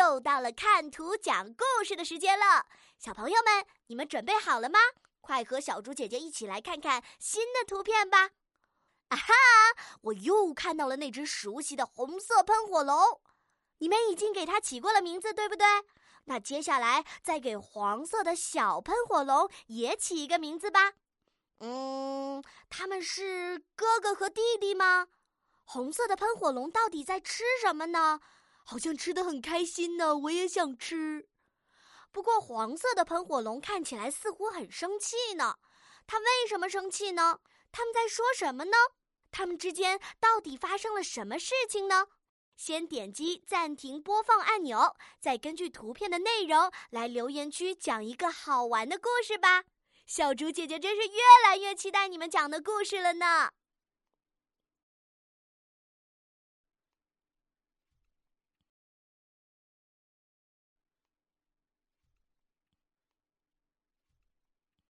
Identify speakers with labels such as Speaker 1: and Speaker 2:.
Speaker 1: 又到了看图讲故事的时间了。小朋友们，你们准备好了吗？快和小猪姐姐一起来看看新的图片吧。啊哈，我又看到了那只熟悉的红色喷火龙。你们已经给它起过了名字，对不对？那接下来再给黄色的小喷火龙也起一个名字吧。他们是哥哥和弟弟吗？红色的喷火龙到底在吃什么呢？好像吃得很开心呢，我也想吃。不过黄色的喷火龙看起来似乎很生气呢。它为什么生气呢？他们在说什么呢？他们之间到底发生了什么事情呢？先点击暂停播放按钮，再根据图片的内容来留言区讲一个好玩的故事吧。小猪姐姐真是越来越期待你们讲的故事了呢。